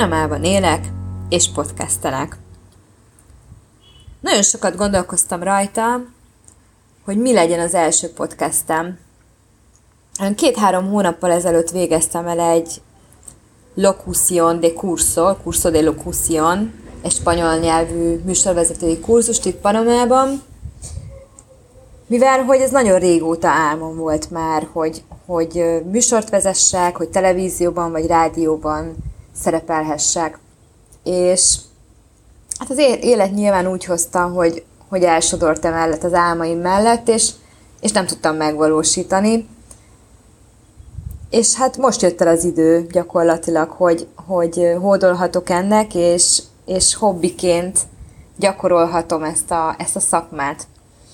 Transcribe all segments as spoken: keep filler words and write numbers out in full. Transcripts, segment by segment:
Panamában élek, és podcastelek. Nagyon sokat gondolkoztam rajta, hogy mi legyen az első podcastem. Két-három hónappal ezelőtt végeztem el egy Locución de Curso, Curso de Locución, egy spanyol nyelvű műsorvezetői kurzust itt Panamában, mivel hogy ez nagyon régóta álmom volt már, hogy, hogy műsort vezessek, hogy televízióban vagy rádióban szerepelhessek. És hát az élet nyilván úgy hozta, hogy, hogy elsodort emellett az álmaim mellett, és, és nem tudtam megvalósítani. És hát most jött el az idő gyakorlatilag, hogy, hogy hódolhatok ennek, és, és hobbiként gyakorolhatom ezt a, ezt a szakmát.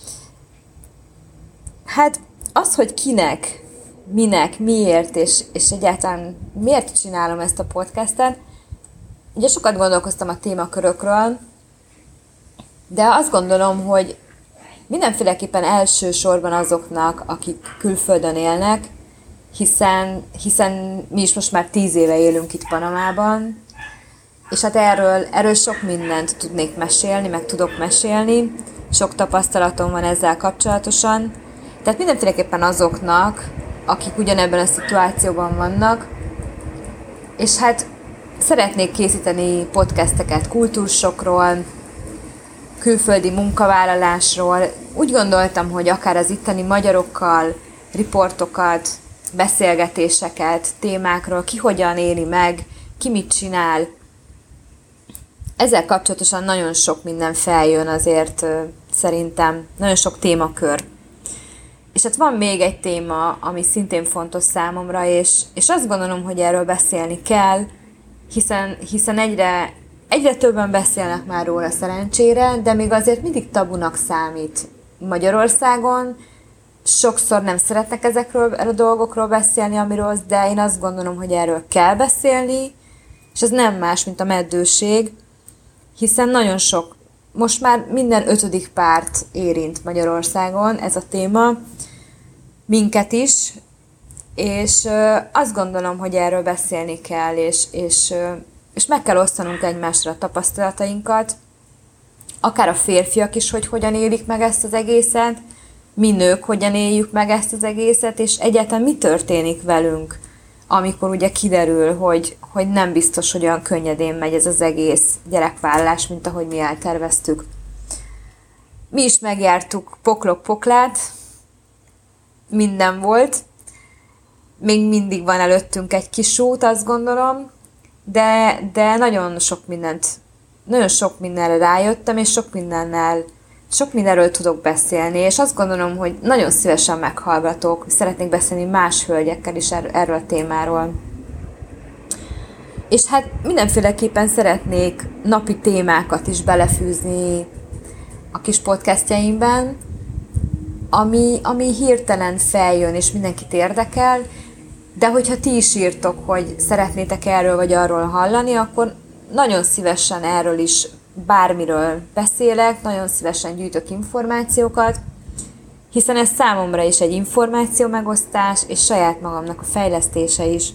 Hát az, hogy kinek, minek, miért, és, és egyáltalán miért csinálom ezt a podcastet, ugye sokat gondolkoztam a témakörökről, de azt gondolom, hogy mindenféleképpen elsősorban azoknak, akik külföldön élnek, hiszen, hiszen mi is most már tíz éve élünk itt Panamában, és hát erről, erről sok mindent tudnék mesélni, meg tudok mesélni, sok tapasztalatom van ezzel kapcsolatosan, tehát mindenféleképpen azoknak, akik ugyanebben a szituációban vannak, és hát szeretnék készíteni podcasteket kultúrsokról, külföldi munkavállalásról. Úgy gondoltam, hogy akár az itteni magyarokkal riportokat, beszélgetéseket, témákról, ki hogyan éli meg, ki mit csinál. Ezzel kapcsolatosan nagyon sok minden feljön azért szerintem, nagyon sok témakör. És hát van még egy téma, ami szintén fontos számomra, és, és azt gondolom, hogy erről beszélni kell, hiszen, hiszen egyre, egyre többen beszélnek már róla szerencsére, de még azért mindig tabunak számít Magyarországon. Sokszor nem szeretnek ezekről a dolgokról beszélni, amiről, de én azt gondolom, hogy erről kell beszélni, és ez nem más, mint a meddőség, hiszen nagyon sok, most már minden ötödik párt érint Magyarországon ez a téma, minket is, és azt gondolom, hogy erről beszélni kell, és, és, és meg kell osztanunk egymásra a tapasztalatainkat, akár a férfiak is, hogy hogyan élik meg ezt az egészet, mi nők hogyan éljük meg ezt az egészet, és egyáltalán mi történik velünk, amikor ugye kiderül, hogy, hogy nem biztos, hogy olyan könnyedén megy ez az egész gyerekvállalás, mint ahogy mi elterveztük. Mi is megjártuk poklok-poklát, minden volt, még mindig van előttünk egy kis út, azt gondolom, de, de nagyon sok mindent, nagyon sok mindenre rájöttem, és sok mindennel, sok mindenről tudok beszélni, és azt gondolom, hogy nagyon szívesen meghallgatok, szeretnék beszélni más hölgyekkel is er- erről a témáról. És hát mindenféleképpen szeretnék napi témákat is belefűzni a kis podcastjaimben, ami, ami hirtelen feljön, és mindenkit érdekel, de hogyha ti is írtok, hogy szeretnétek erről vagy arról hallani, akkor nagyon szívesen erről is bármiről beszélek, nagyon szívesen gyűjtök információkat, hiszen ez számomra is egy információ megosztás, és saját magamnak a fejlesztése is.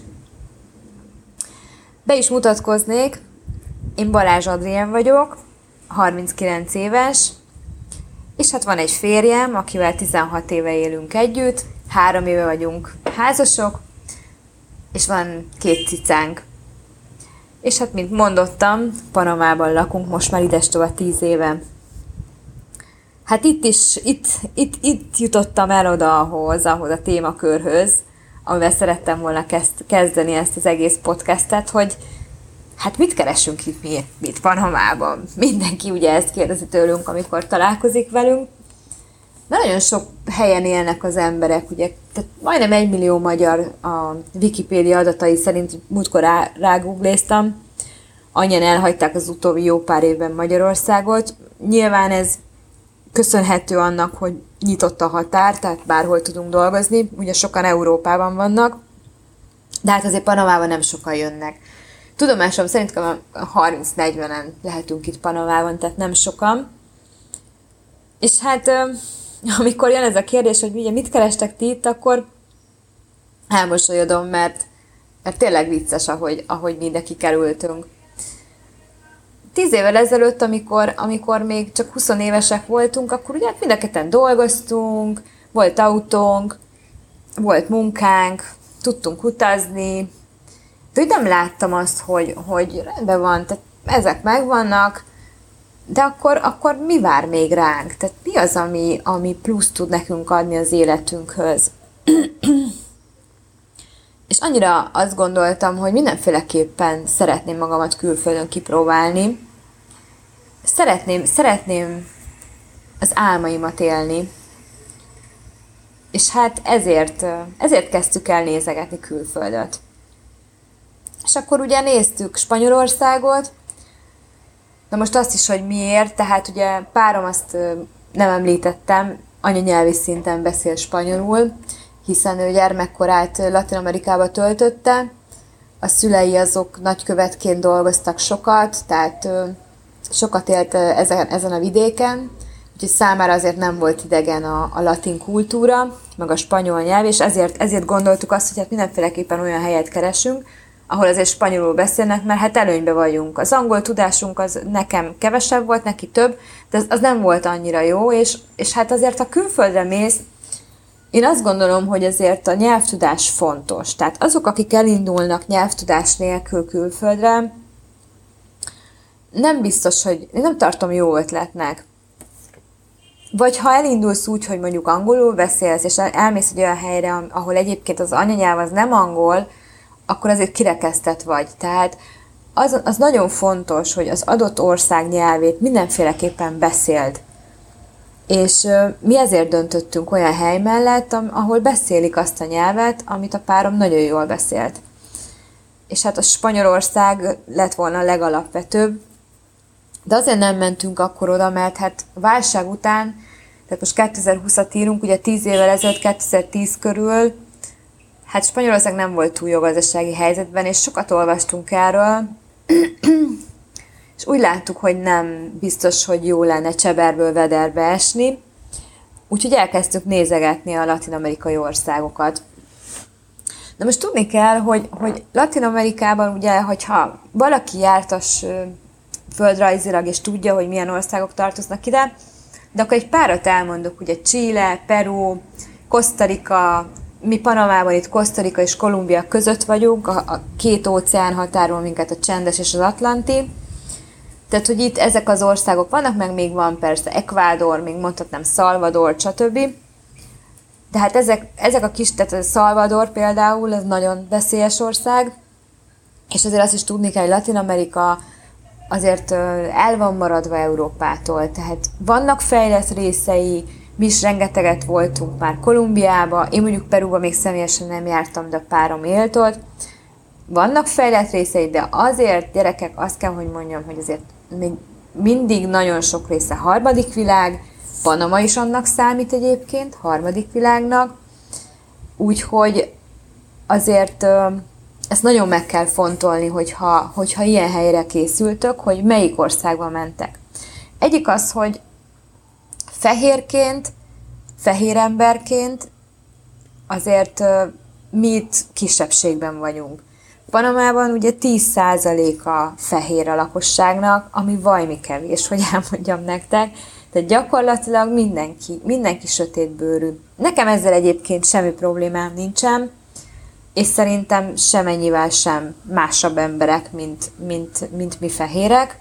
Be is mutatkoznék, én Balázs Adrien vagyok, harminckilenc éves, és hát van egy férjem, akivel tizenhat éve élünk együtt, három éve vagyunk házasok, és van két cicánk. És hát, mint mondottam, Panamában lakunk most már idestova tíz éve. Hát itt is, itt, itt, itt jutottam el oda ahhoz, ahhoz a témakörhöz, amivel szerettem volna kezd, kezdeni ezt az egész podcastet, hogy hát mit keresünk itt mi, mit Panamában? Mindenki ugye ezt kérdezi tőlünk, amikor találkozik velünk. De nagyon sok helyen élnek az emberek, ugye, tehát majdnem egy millió magyar a Wikipédia adatai szerint, múltkor rá, rágoogléztam, annyian elhagyták az utóbbi jó pár évben Magyarországot. Nyilván ez köszönhető annak, hogy nyitott a határ, tehát bárhol tudunk dolgozni, ugye sokan Európában vannak, de hát azért Panamában nem sokan jönnek. Tudomásom szerint harminc-negyvenen lehetünk itt Panamában, tehát nem sokan. És hát amikor jön ez a kérdés, hogy ugye mit kerestek ti itt, akkor elmosolyodom, mert, mert tényleg vicces, ahogy, ahogy mi ide kikerültünk. tíz évvel ezelőtt, amikor, amikor még csak húsz évesek voltunk, akkor ugye mind a ketten dolgoztunk, volt autónk, volt munkánk, tudtunk utazni, de úgy nem láttam azt, hogy, hogy rendben van, tehát ezek megvannak, de akkor, akkor mi vár még ránk? Tehát mi az, ami, ami plusz tud nekünk adni az életünkhöz? És annyira azt gondoltam, hogy mindenféleképpen szeretném magamat külföldön kipróbálni. Szeretném, szeretném az álmaimat élni. És hát ezért, ezért kezdtük el nézegetni külföldöt. És akkor ugye néztük Spanyolországot, na most azt is, hogy miért, tehát ugye párom, azt nem említettem, anyanyelvi szinten beszél spanyolul, hiszen ő gyermekkorát Latin-Amerikába töltötte, a szülei azok nagykövetként dolgoztak sokat, tehát sokat élt ezen, ezen a vidéken, úgyhogy számára azért nem volt idegen a, a latin kultúra, meg a spanyol nyelv, és ezért, ezért gondoltuk azt, hogy hát mindenféleképpen olyan helyet keresünk, ahol azért spanyolul beszélnek, mert hát előnybe vagyunk. Az angol tudásunk az nekem kevesebb volt, neki több, de az, az nem volt annyira jó, és, és hát azért, ha külföldre mész, én azt gondolom, hogy azért a nyelvtudás fontos. Tehát azok, akik elindulnak nyelvtudás nélkül külföldre, nem biztos, hogy én nem tartom jó ötletnek. Vagy ha elindulsz úgy, hogy mondjuk angolul beszélsz, és elmész egy olyan helyre, ahol egyébként az anyanyelv az nem angol, akkor azért kirekesztett vagy. Tehát az, az nagyon fontos, hogy az adott ország nyelvét mindenféleképpen beszéld. És mi ezért döntöttünk olyan hely mellett, ahol beszélik azt a nyelvet, amit a párom nagyon jól beszélt. És hát a Spanyolország lett volna a legalapvetőbb, de azért nem mentünk akkor oda, mert hát a válság után, tehát most kétezer-húszat írunk, ugye tíz évvel ezelőtt, kétezer-tíz körül, hát Spanyolország nem volt túl jó gazdasági helyzetben, és sokat olvastunk erről, és úgy láttuk, hogy nem biztos, hogy jó lenne cseberből vederbe esni, úgyhogy elkezdtük nézegetni a latin-amerikai országokat. De most tudni kell, hogy, hogy Latin-Amerikában ugye, hogyha valaki jártas földrajzilag, és tudja, hogy milyen országok tartoznak ide, de akkor egy párat elmondok, ugye Chile, Peru, Costa Rica, mi Panamában itt Costa Rica és Kolumbia között vagyunk, a, a két óceán határol minket, a Csendes és az Atlanti. Tehát, hogy itt ezek az országok vannak, meg még van persze Ecuador, még mondhatnám Salvador, stb. De hát ezek, ezek a kis, tehát a Salvador például, ez nagyon veszélyes ország, és azért azt is tudni kell, hogy Latin-Amerika azért el van maradva Európától, tehát vannak fejlett részei, mi is rengeteget voltunk már Kolumbiába, én mondjuk Perúba még személyesen nem jártam, de a párom élt ott. Vannak fejlett részei, de azért, gyerekek, azt kell, hogy mondjam, hogy azért még mindig nagyon sok része harmadik világ, Panama is annak számít egyébként, harmadik világnak, úgyhogy azért ezt nagyon meg kell fontolni, hogyha, hogyha ilyen helyre készültök, hogy melyik országba mentek. Egyik az, hogy fehérként, fehér emberként azért mi itt kisebbségben vagyunk. Panamában ugye tíz százaléka fehér a lakosságnak, ami vajmi kevés, hogy elmondjam nektek. Tehát gyakorlatilag mindenki, mindenki sötétbőrű. Nekem ezzel egyébként semmi problémám nincsen, és szerintem semennyivel sem másabb emberek, mint, mint, mint mi fehérek.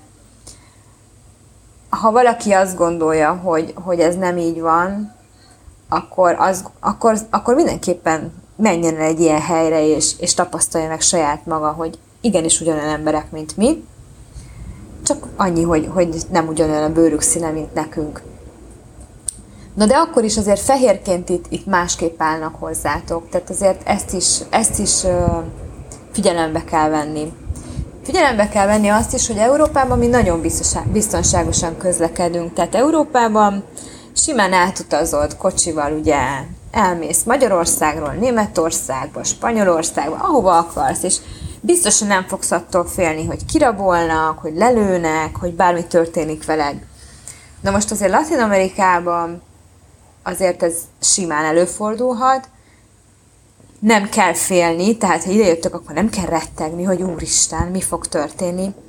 Ha valaki azt gondolja, hogy, hogy ez nem így van, akkor, az, akkor, akkor mindenképpen menjen el egy ilyen helyre, és, és tapasztalja meg saját maga, hogy igenis ugyanolyan emberek, mint mi, csak annyi, hogy, hogy nem ugyanolyan a bőrük színe, mint nekünk. Na de akkor is azért fehérként itt, itt másképp állnak hozzátok, tehát azért ezt is, ezt is uh, figyelembe kell venni. Figyelembe kell venni azt is, hogy Európában mi nagyon biztonságosan közlekedünk, tehát Európában simán átutazod kocsival, ugye elmész Magyarországról, Németországba, Spanyolországba, ahova akarsz, és biztosan nem fogsz attól félni, hogy kirabolnak, hogy lelőnek, hogy bármi történik veled. Na most azért Latin-Amerikában azért ez simán előfordulhat, nem kell félni, tehát ha idejöttök, akkor nem kell rettegni, hogy úristen, mi fog történni.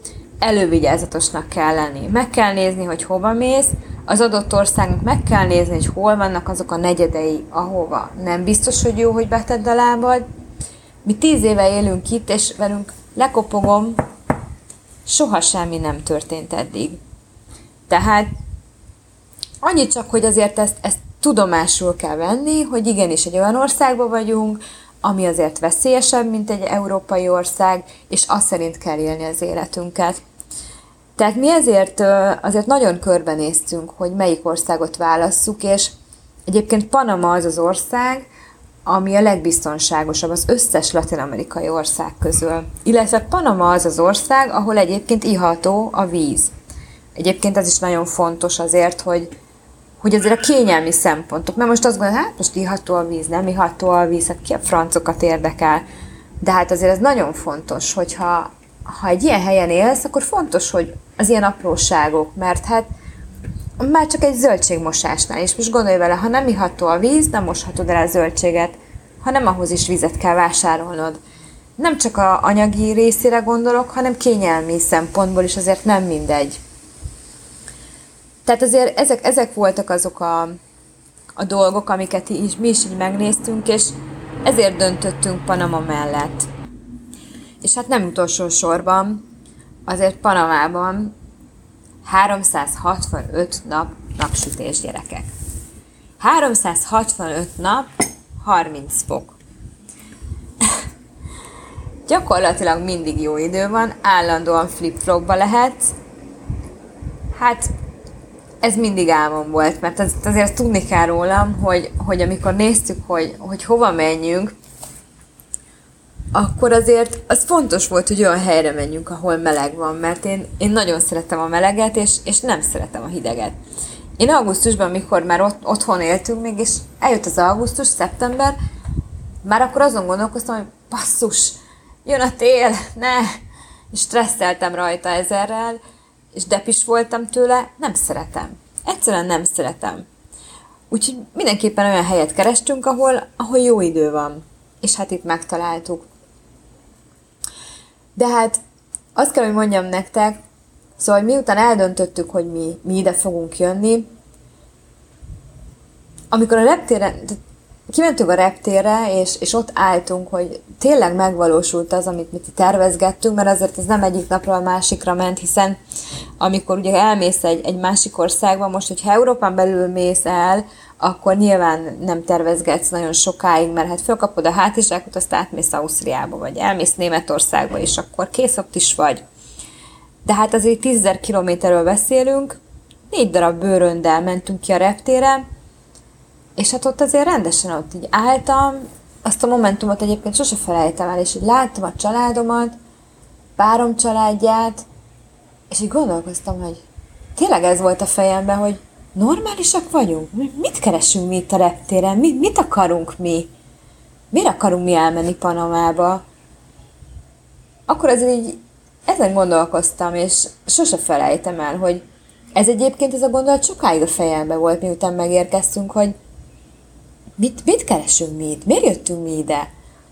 elővigyázatosnak kell lenni. Meg kell nézni, hogy hova mész, az adott országnak meg kell nézni, hogy hol vannak azok a negyedei, ahova nem biztos, hogy jó, hogy betedd a lábad. Mi tíz éve élünk itt, és velünk lekopogom, soha semmi nem történt eddig. Tehát annyi csak, hogy azért ezt, ezt tudomásul kell venni, hogy igenis egy olyan országban vagyunk, ami azért veszélyesebb, mint egy európai ország, és azt szerint kell élni az életünket. Tehát mi ezért azért nagyon körbenéztünk, hogy melyik országot válasszuk, és egyébként Panama az az ország, ami a legbiztonságosabb az összes latin-amerikai ország közül. Illetve Panama az az ország, ahol egyébként iható a víz. Egyébként ez is nagyon fontos azért, hogy, hogy azért a kényelmi szempontok, mert most azt gondolom, hát most iható a víz, nem iható a víz, hát ki a francokat érdekel. De hát azért ez nagyon fontos, hogyha ha egy ilyen helyen élsz, akkor fontos, hogy az ilyen apróságok, mert hát már csak egy zöldségmosásnál is. Most gondolj vele, ha nem iható a víz, nem moshatod el a zöldséget, hanem ahhoz is vizet kell vásárolnod. Nem csak a anyagi részére gondolok, hanem kényelmi szempontból is azért nem mindegy. Tehát azért ezek, ezek voltak azok a, a dolgok, amiket is, mi is így megnéztünk, és ezért döntöttünk Panama mellett. És hát nem utolsó sorban, azért Panamában háromszázhatvanöt nap napsütés, gyerekek. háromszázhatvanöt nap, harminc fok. Gyakorlatilag mindig jó idő van, állandóan flip-flopba lehetsz. Hát ez mindig álmom volt, mert az, azért tudni kell rólam, hogy, hogy amikor néztük, hogy, hogy hova menjünk, akkor azért az fontos volt, hogy olyan helyre menjünk, ahol meleg van, mert én, én nagyon szeretem a meleget, és, és nem szeretem a hideget. Én augusztusban, mikor már ott, otthon éltünk még, és eljött az augusztus, szeptember, már akkor azon gondolkoztam, hogy basszus, jön a tél, ne! És stresszeltem rajta ezerrel, és depis voltam tőle, nem szeretem. Egyszerűen nem szeretem. Úgyhogy mindenképpen olyan helyet kerestünk, ahol, ahol jó idő van. És hát itt megtaláltuk. De hát azt kell, hogy mondjam nektek, szóval miután eldöntöttük, hogy mi, mi ide fogunk jönni, amikor a reptéren, kimentünk a reptérre, és, és ott álltunk, hogy tényleg megvalósult az, amit mi tervezgettünk, mert azért ez nem egyik napról a másikra ment, hiszen amikor ugye elmész egy, egy másik országba, most, hogyha Európán belül mész el, akkor nyilván nem tervezgetsz nagyon sokáig, mert hát fölkapod a hátizsákot, azt átmész Ausztriába, vagy elmész Németországba, és akkor kész, ott is vagy. De hát azért tízezer kilométerről beszélünk, négy darab bőröndel mentünk ki a reptére, és hát ott azért rendesen ott így álltam, azt a momentumot egyébként sose felejtem el, és így láttam a családomat, párom családját, és így gondolkoztam, hogy tényleg ez volt a fejemben, hogy normálisak vagyunk? Mit keresünk mi itt a reptéren? Mit, mit akarunk mi? Miért akarunk mi elmenni Panamába? Akkor azért így ezen gondolkoztam, és sose felejtem el, hogy ez egyébként ez a gondolat sokáig a fejemben volt, miután megérkeztünk, hogy mit, mit keresünk mi itt? Miért jöttünk mi ide?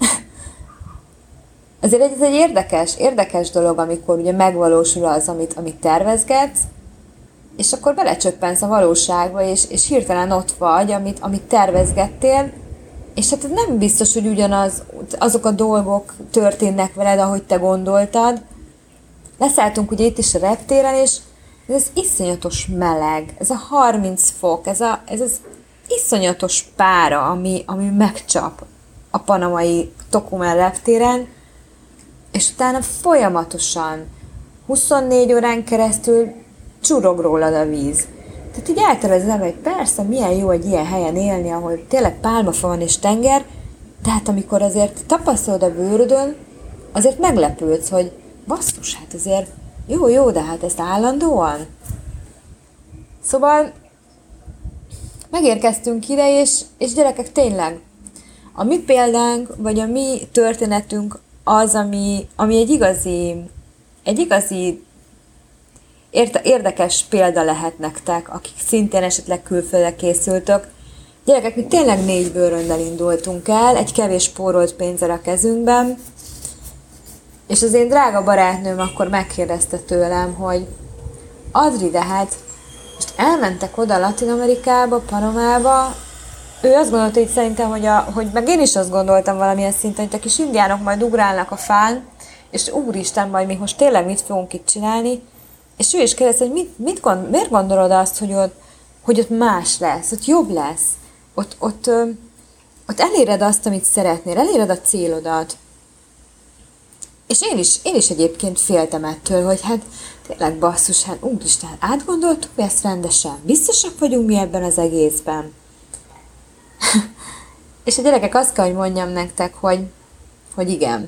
Azért ez egy érdekes, érdekes dolog, amikor ugye megvalósul az, amit, amit tervezgetsz, és akkor belecsöppensz a valóságba, és, és hirtelen ott vagy, amit, amit tervezgettél, és hát nem biztos, hogy ugyanaz, azok a dolgok történnek veled, ahogy te gondoltad. Leszálltunk ugye itt is a reptéren, és ez az iszonyatos meleg, ez a harminc fok, ez, a, ez az iszonyatos pára, ami, ami megcsap a panamai Tocumen reptéren, és utána folyamatosan huszonnégy órán keresztül csurog rólad a víz. Tehát így eltervezem, hogy persze, milyen jó egy ilyen helyen élni, ahol tényleg pálmafa van és tenger, de hát amikor azért tapasztalod a bőrödön, azért meglepődsz, hogy basszus, hát azért jó, jó, de hát ezt állandóan. Szóval megérkeztünk ide, és, és gyerekek, tényleg, a mi példánk, vagy a mi történetünk az, ami, ami egy igazi, egy igazi érdekes példa lehet nektek, akik szintén esetleg külföldre készültök. Gyerekek, mi tényleg négy bőröndel indultunk el, egy kevés spórolt pénzzel a kezünkben, És az én drága barátnőm akkor megkérdezte tőlem, hogy Adri, de hát most elmentek oda Latin-Amerikába, Panamába, ő azt gondolta így szerintem, hogy, a, hogy meg én is azt gondoltam valamilyen szinten, hogy a kis indiánok majd ugrálnak a fán, és úristen, majd mi most tényleg mit fogunk itt csinálni, és ő is kérdezte, hogy mit, mit gond, miért gondolod azt, hogy ott, hogy ott más lesz, ott jobb lesz, ott, ott, ö, ott eléred azt, amit szeretnél, eléred a célodat. És én is, én is egyébként féltem ettől, hogy hát tényleg basszus, hát úristen, átgondoltuk mi ezt rendesen, biztosak vagyunk mi ebben az egészben. És a gyerekek, azt kell, hogy mondjam nektek, hogy, hogy igen.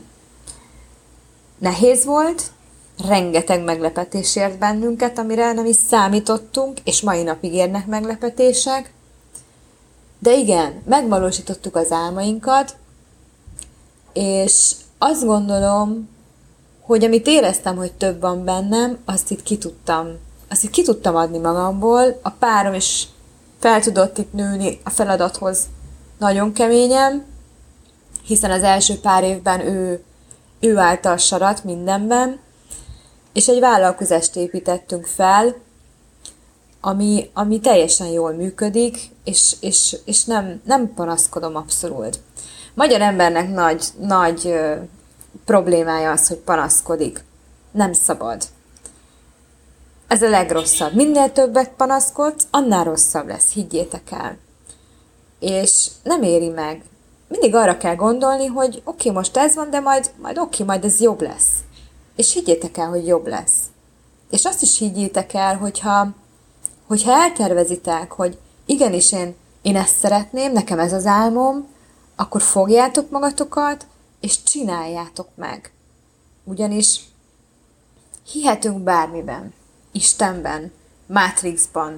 Nehéz volt, rengeteg meglepetés ért bennünket, amire nem is számítottunk, és mai napig érnek meglepetések. De igen, megvalósítottuk az álmainkat, és azt gondolom, hogy amit éreztem, hogy több van bennem, azt itt ki tudtam, azt itt ki tudtam adni magamból. A párom is fel tudott itt nőni a feladathoz nagyon keményen, hiszen az első pár évben ő, ő állta a sarat mindenben, és egy vállalkozást építettünk fel, ami, ami teljesen jól működik, és, és, és nem, nem panaszkodom abszolút. Magyar embernek nagy, nagy ö, problémája az, hogy panaszkodik. Nem szabad. Ez a legrosszabb. Minél többet panaszkodsz, annál rosszabb lesz, higgyétek el. És nem éri meg. Mindig arra kell gondolni, hogy oké, okay, most ez van, de majd, majd oké, okay, majd ez jobb lesz. És higgyétek el, hogy jobb lesz. És azt is higgyétek el, hogyha, hogyha eltervezitek, hogy igenis én, én ezt szeretném, nekem ez az álmom, akkor fogjátok magatokat, és csináljátok meg. Ugyanis hihetünk bármiben. Istenben, Matrixban,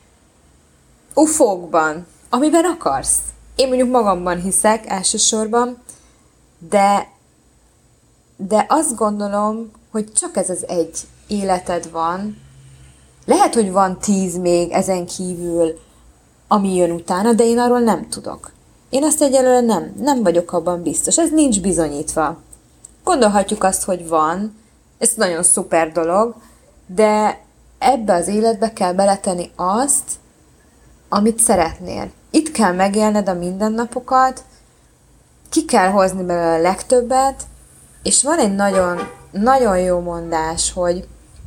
ufókban, amiben akarsz. Én mondjuk magamban hiszek elsősorban, de, de azt gondolom, hogy csak ez az egy életed van. Lehet, hogy van tíz még ezen kívül, ami jön utána, de én arról nem tudok. Én azt egyelőre nem, nem vagyok abban biztos. Ez nincs bizonyítva. Gondolhatjuk azt, hogy van, ez nagyon szuper dolog, de ebbe az életbe kell beletenni azt, amit szeretnél. Itt kell megélned a mindennapokat, ki kell hozni belőle a legtöbbet, és van egy nagyon, nagyon jó mondás, hogy,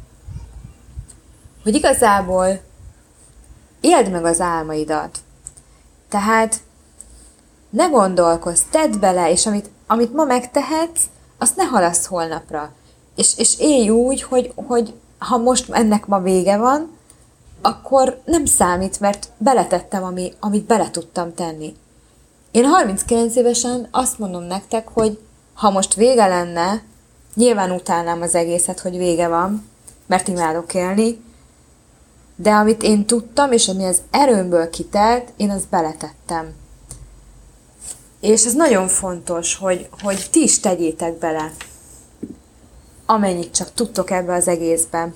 hogy igazából éld meg az álmaidat. Tehát ne gondolkozz, tedd bele, és amit, amit ma megtehetsz, azt ne halasz holnapra. És, és élj úgy, hogy, hogy ha most ennek ma vége van, akkor nem számít, mert beletettem, ami, amit bele tudtam tenni. Én harminckilenc évesen azt mondom nektek, hogy ha most vége lenne, nyilván utálnám az egészet, hogy vége van, mert imádok élni, de amit én tudtam, és ami az erőmből kitelt, én azt beletettem. És ez nagyon fontos, hogy, hogy ti is tegyétek bele, amennyit csak tudtok ebbe az egészbe.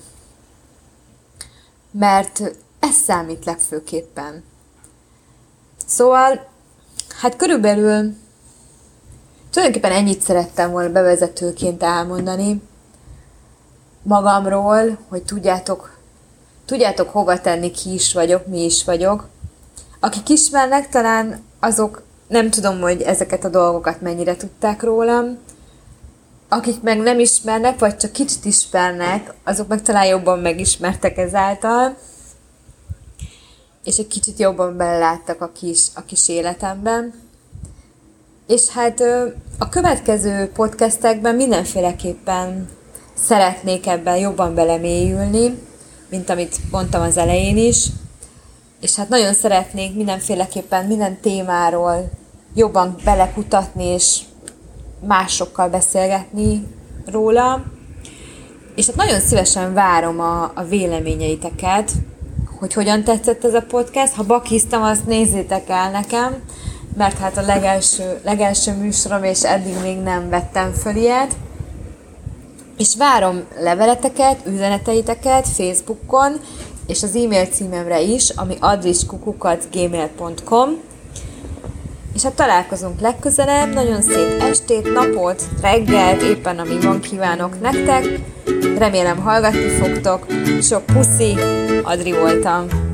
Mert ez számít legfőképpen. Szóval, hát körülbelül tulajdonképpen ennyit szerettem volna bevezetőként elmondani magamról, hogy tudjátok, tudjátok hova tenni, ki is vagyok, mi is vagyok. Akik ismernek, talán azok, nem tudom, hogy ezeket a dolgokat mennyire tudták rólam. Akik meg nem ismernek, vagy csak kicsit ismernek, azok meg talán jobban megismertek ezáltal, és egy kicsit jobban beleláttak a kis, a kis életemben. És hát a következő podcastekben mindenféleképpen szeretnék ebben jobban belemélyülni, mint amit mondtam az elején is. És hát nagyon szeretnék mindenféleképpen minden témáról jobban belekutatni, és másokkal beszélgetni róla. És hát nagyon szívesen várom a, a véleményeiteket, hogy hogyan tetszett ez a podcast. Ha bakiztam, azt nézzétek el nekem, mert hát a legelső, legelső műsorom, és eddig még nem vettem föl ilyet. És várom leveleteket, üzeneteiteket Facebookon, és az e-mail címemre is, ami adriskukukac gmail pont com. És hát találkozunk legközelebb, nagyon szép estét, napot, reggelt, éppen ami van, kívánok nektek. Remélem hallgatni fogtok. Sok puszi, Adri voltam.